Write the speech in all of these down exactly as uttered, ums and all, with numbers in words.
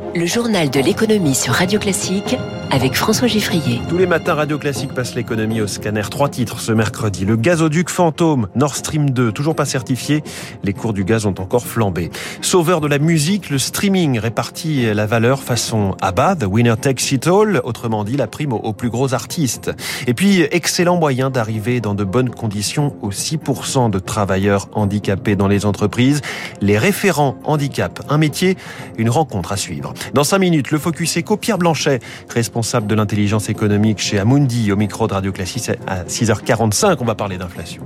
Le journal de l'économie sur Radio Classique avec François Giffrier. Tous les matins, Radio Classique passe l'économie au scanner. Trois titres ce mercredi. Le gazoduc fantôme, Nord Stream deux, toujours pas certifié. Les cours du gaz ont encore flambé. Sauveur de la musique, le streaming répartit la valeur façon ABBA, The Winner Takes It All, autrement dit la prime aux plus gros artistes. Et puis, excellent moyen d'arriver dans de bonnes conditions aux six pour cent de travailleurs handicapés dans les entreprises. Les référents handicap, un métier, une rencontre à suivre. Dans cinq minutes, le Focus Éco, Pierre Blanchet, responsable de l'intelligence économique chez Amundi, au micro de Radio Classique à six heures quarante-cinq. On va parler d'inflation.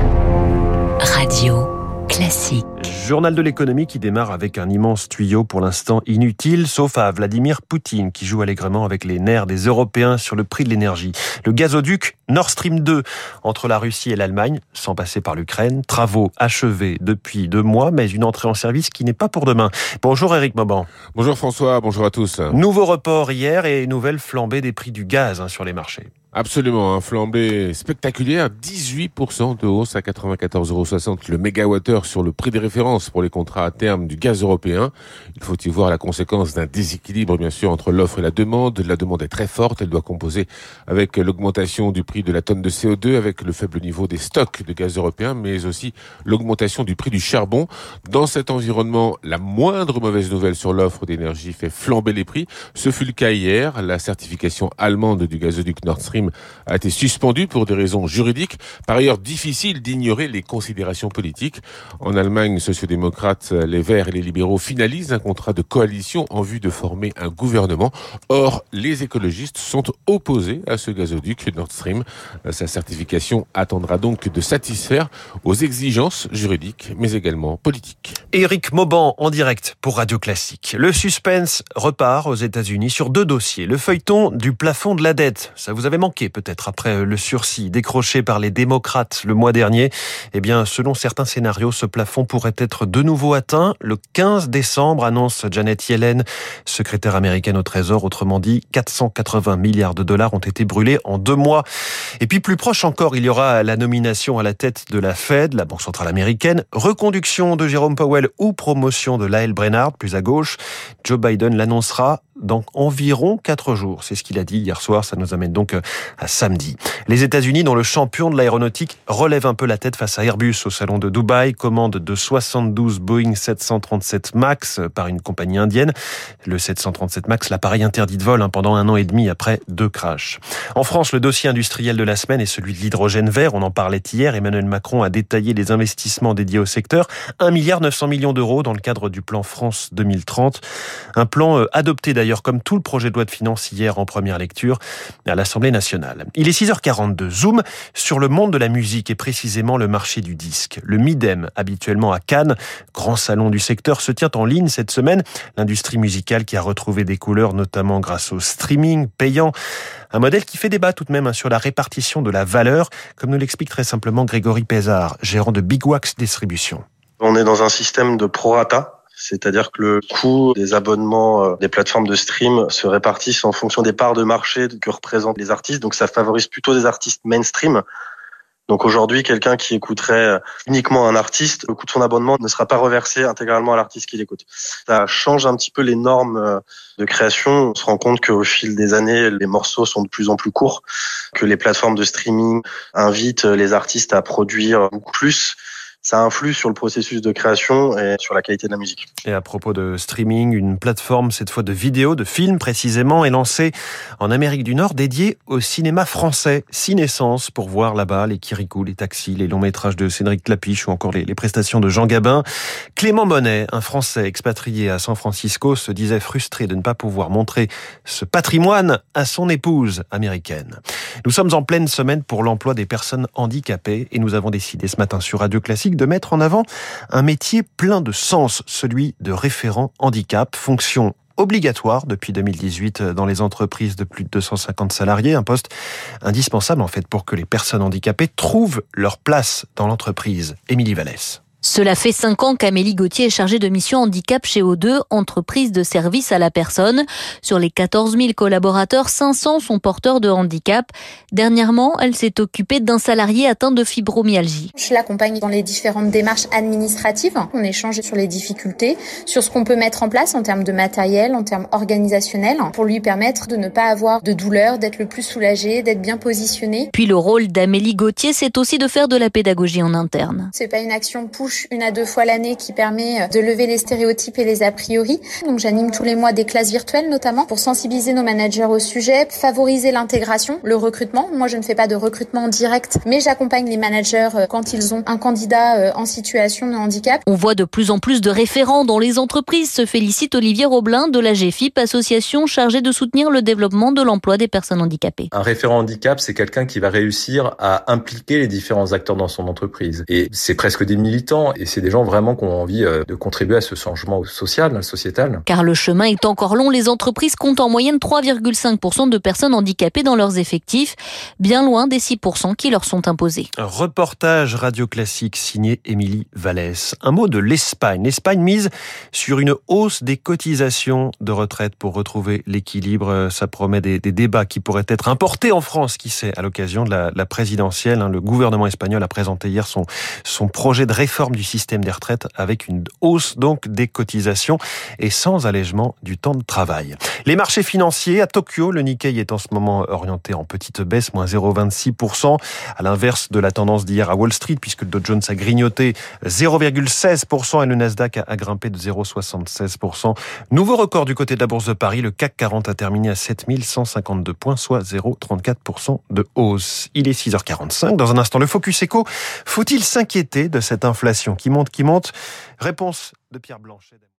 Radio Classique. Journal de l'économie qui démarre avec un immense tuyau pour l'instant inutile, sauf à Vladimir Poutine qui joue allègrement avec les nerfs des Européens sur le prix de l'énergie. Le gazoduc Nord Stream deux entre la Russie et l'Allemagne, sans passer par l'Ukraine. Travaux achevés depuis deux mois, mais une entrée en service qui n'est pas pour demain. Bonjour Éric Mauban. Bonjour François, bonjour à tous. Nouveau report hier et nouvelle flambée des prix du gaz hein, sur les marchés. Absolument, un flambée spectaculaire, dix-huit pour cent de hausse à quatre-vingt-quatorze euros soixante le mégawattheure sur le prix des références pour les contrats à terme du gaz européen. Il faut y voir la conséquence d'un déséquilibre bien sûr entre l'offre et la demande. La demande est très forte, elle doit composer avec l'augmentation du prix de la tonne de C O deux, avec le faible niveau des stocks de gaz européen, mais aussi l'augmentation du prix du charbon. Dans cet environnement, la moindre mauvaise nouvelle sur l'offre d'énergie fait flamber les prix. Ce fut le cas hier, la certification allemande du gazoduc Nord Stream a été suspendu pour des raisons juridiques. Par ailleurs, difficile d'ignorer les considérations politiques. En Allemagne, sociodémocrates, les Verts et les libéraux finalisent un contrat de coalition en vue de former un gouvernement. Or, les écologistes sont opposés à ce gazoduc Nord Stream. Sa certification attendra donc de satisfaire aux exigences juridiques, mais également politiques. Éric Mauban en direct pour Radio Classique. Le suspense repart aux États-Unis sur deux dossiers. Le feuilleton du plafond de la dette. Ça vous avait manqué peut-être après le sursis décroché par les démocrates le mois dernier. Eh bien, selon certains scénarios, ce plafond pourrait être de nouveau atteint le quinze décembre, annonce Janet Yellen, secrétaire américaine au Trésor. Autrement dit, quatre cent quatre-vingts milliards de dollars ont été brûlés en deux mois. Et puis plus proche encore, il y aura la nomination à la tête de la Fed, la Banque centrale américaine, reconduction de Jérôme Powell ou promotion de Lael Brainard, plus à gauche. Joe Biden l'annoncera dans environ quatre jours. C'est ce qu'il a dit hier soir. Ça nous amène donc à samedi. Les États-Unis, dont le champion de l'aéronautique, relève un peu la tête face à Airbus au salon de Dubaï. Commande de soixante-douze Boeing sept cent trente-sept MAX par une compagnie indienne. Le sept cent trente-sept MAX, l'appareil interdit de vol hein, pendant un an et demi après deux crashs. En France, le dossier industriel de la semaine est celui de l'hydrogène vert. On en parlait hier. Emmanuel Macron a détaillé les investissements dédiés au secteur. un milliard neuf cents millions d'euros dans le cadre du plan France deux mille trente. Un plan adopté d'ailleurs comme tout le projet de loi de finances hier en première lecture à l'Assemblée nationale. Il est six heures quarante-deux. Zoom sur le monde de la musique et précisément le marché du disque. Le Midem, habituellement à Cannes, grand salon du secteur, se tient en ligne cette semaine. L'industrie musicale qui a retrouvé des couleurs, notamment grâce au streaming payant. Un modèle qui fait débat tout de même sur la répartition de la valeur, comme nous l'explique très simplement Grégory Pézard, gérant de Big Wax Distribution. On est dans un système de prorata. C'est-à-dire que le coût des abonnements des plateformes de stream se répartissent en fonction des parts de marché que représentent les artistes. Donc ça favorise plutôt des artistes mainstream. Donc aujourd'hui, quelqu'un qui écouterait uniquement un artiste, le coût de son abonnement ne sera pas reversé intégralement à l'artiste qui l'écoute. Ça change un petit peu les normes de création. On se rend compte qu'au fil des années, les morceaux sont de plus en plus courts, que les plateformes de streaming invitent les artistes à produire beaucoup plus. Ça influe sur le processus de création et sur la qualité de la musique. Et à propos de streaming, une plateforme, cette fois de vidéos, de films précisément, est lancée en Amérique du Nord, dédiée au cinéma français. Cinescence, pour voir là-bas les Kirikou, les Taxis, les longs métrages de Cédric Clapiche ou encore les, les prestations de Jean Gabin. Clément Monet, un Français expatrié à San Francisco, se disait frustré de ne pas pouvoir montrer ce patrimoine à son épouse américaine. Nous sommes en pleine semaine pour l'emploi des personnes handicapées et nous avons décidé ce matin sur Radio Classique de mettre en avant un métier plein de sens, celui de référent handicap, fonction obligatoire depuis deux mille dix-huit dans les entreprises de plus de deux cent cinquante salariés, un poste indispensable en fait pour que les personnes handicapées trouvent leur place dans l'entreprise. Émilie Vallès. Cela fait cinq ans qu'Amélie Gauthier est chargée de mission handicap chez O deux, entreprise de service à la personne. Sur les quatorze mille collaborateurs, cinq cents sont porteurs de handicap. Dernièrement, elle s'est occupée d'un salarié atteint de fibromyalgie. Je l'accompagne dans les différentes démarches administratives. On échange sur les difficultés, sur ce qu'on peut mettre en place en termes de matériel, en termes organisationnels, pour lui permettre de ne pas avoir de douleur, d'être le plus soulagé, d'être bien positionné. Puis le rôle d'Amélie Gauthier, c'est aussi de faire de la pédagogie en interne. C'est pas une action push une à deux fois l'année qui permet de lever les stéréotypes et les a priori. Donc j'anime tous les mois des classes virtuelles notamment pour sensibiliser nos managers au sujet, favoriser l'intégration, le recrutement. Moi, je ne fais pas de recrutement direct, mais j'accompagne les managers quand ils ont un candidat en situation de handicap. On voit de plus en plus de référents dans les entreprises, se félicite Olivier Roblin de la G F I P, association chargée de soutenir le développement de l'emploi des personnes handicapées. Un référent handicap, c'est quelqu'un qui va réussir à impliquer les différents acteurs dans son entreprise. Et c'est presque des militants, et c'est des gens vraiment qui ont envie de contribuer à ce changement social, sociétal. Car le chemin est encore long, les entreprises comptent en moyenne trois virgule cinq pour cent de personnes handicapées dans leurs effectifs, bien loin des six pour cent qui leur sont imposés. Un reportage Radio Classique signé Émilie Vallès. Un mot de l'Espagne. L'Espagne mise sur une hausse des cotisations de retraite pour retrouver l'équilibre. Ça promet des, des débats qui pourraient être importés en France, qui sait, à l'occasion de la, la présidentielle. Le gouvernement espagnol a présenté hier son, son projet de réforme du système des retraites avec une hausse donc des cotisations et sans allègement du temps de travail. Les marchés financiers à Tokyo, le Nikkei est en ce moment orienté en petite baisse, moins zéro virgule vingt-six pour cent, à l'inverse de la tendance d'hier à Wall Street, puisque le Dow Jones a grignoté zéro virgule seize pour cent et le Nasdaq a grimpé de zéro virgule soixante-seize pour cent. Nouveau record du côté de la Bourse de Paris, le C A C quarante a terminé à sept mille cent cinquante-deux points, soit zéro virgule trente-quatre pour cent de hausse. Il est six heures quarante-cinq, dans un instant le Focus Éco. Faut-il s'inquiéter de cette inflation qui monte, qui monte ? Réponse de Pierre Blanchet.